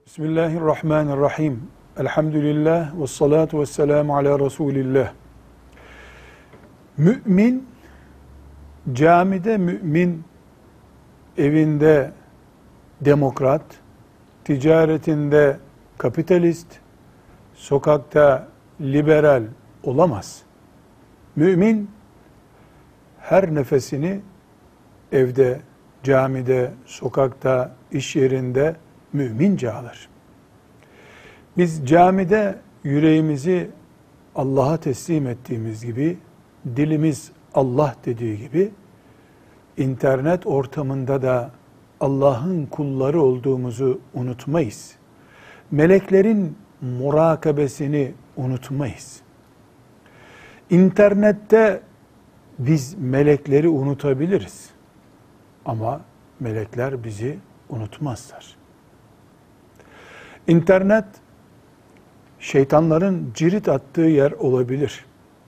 Bismillahirrahmanirrahim. Elhamdülillah ve salatu ve selamu ala Resulillah. Mümin, camide mümin, evinde demokrat, ticaretinde kapitalist, sokakta liberal olamaz. Mümin, her nefesini evde, camide, sokakta, iş yerinde mümince alır. Biz camide yüreğimizi Allah'a teslim ettiğimiz gibi, dilimiz Allah dediği gibi, internet ortamında da Allah'ın kulları olduğumuzu unutmayız. Meleklerin murakabesini unutmayız. İnternette biz melekleri unutabiliriz. Ama melekler bizi unutmazlar. İnternet, şeytanların cirit attığı yer olabilir.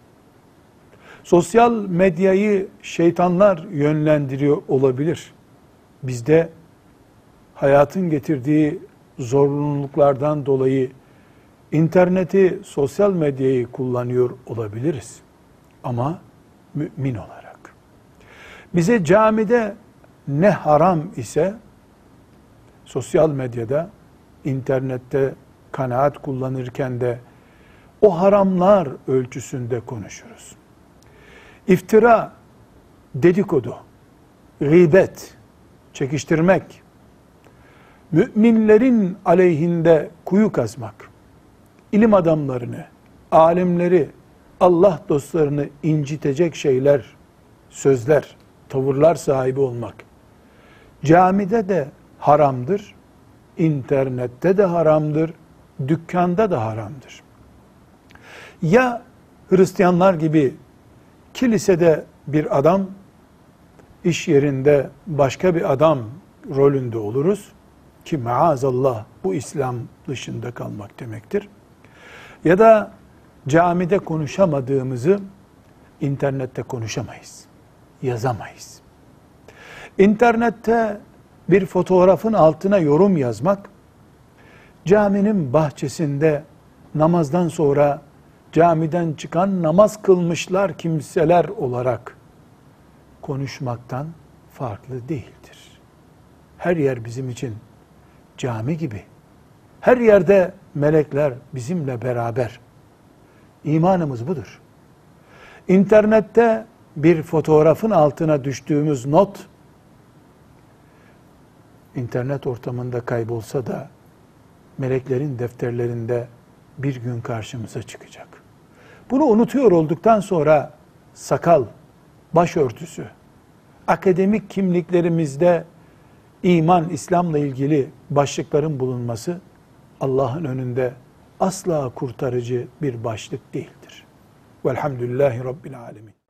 Sosyal medyayı şeytanlar yönlendiriyor olabilir. Biz de hayatın getirdiği zorunluluklardan dolayı interneti, sosyal medyayı kullanıyor olabiliriz. Ama mümin olarak. Bize camide ne haram ise sosyal medyada, internette kanaat kullanırken de o haramlar ölçüsünde konuşuruz. İftira, dedikodu, gıybet, çekiştirmek, müminlerin aleyhinde kuyu kazmak, ilim adamlarını, alimleri, Allah dostlarını incitecek şeyler, sözler, tavırlar sahibi olmak, camide de haramdır, internette de haramdır, dükkanda da haramdır. Ya Hristiyanlar gibi kilisede bir adam, iş yerinde başka bir adam rolünde oluruz ki maazallah bu İslam dışında kalmak demektir. Ya da camide konuşamadığımızı internette konuşamayız, yazamayız. İnternette bir fotoğrafın altına yorum yazmak, caminin bahçesinde namazdan sonra camiden çıkan namaz kılmışlar kimseler olarak konuşmaktan farklı değildir. Her yer bizim için cami gibi. Her yerde melekler bizimle beraber. İmanımız budur. İnternette bir fotoğrafın altına düştüğümüz not, İnternet ortamında kaybolsa da meleklerin defterlerinde bir gün karşımıza çıkacak. Bunu unutuyor olduktan sonra sakal, başörtüsü, akademik kimliklerimizde iman, İslam'la ilgili başlıkların bulunması Allah'ın önünde asla kurtarıcı bir başlık değildir. Velhamdülillahi Rabbil Alemin.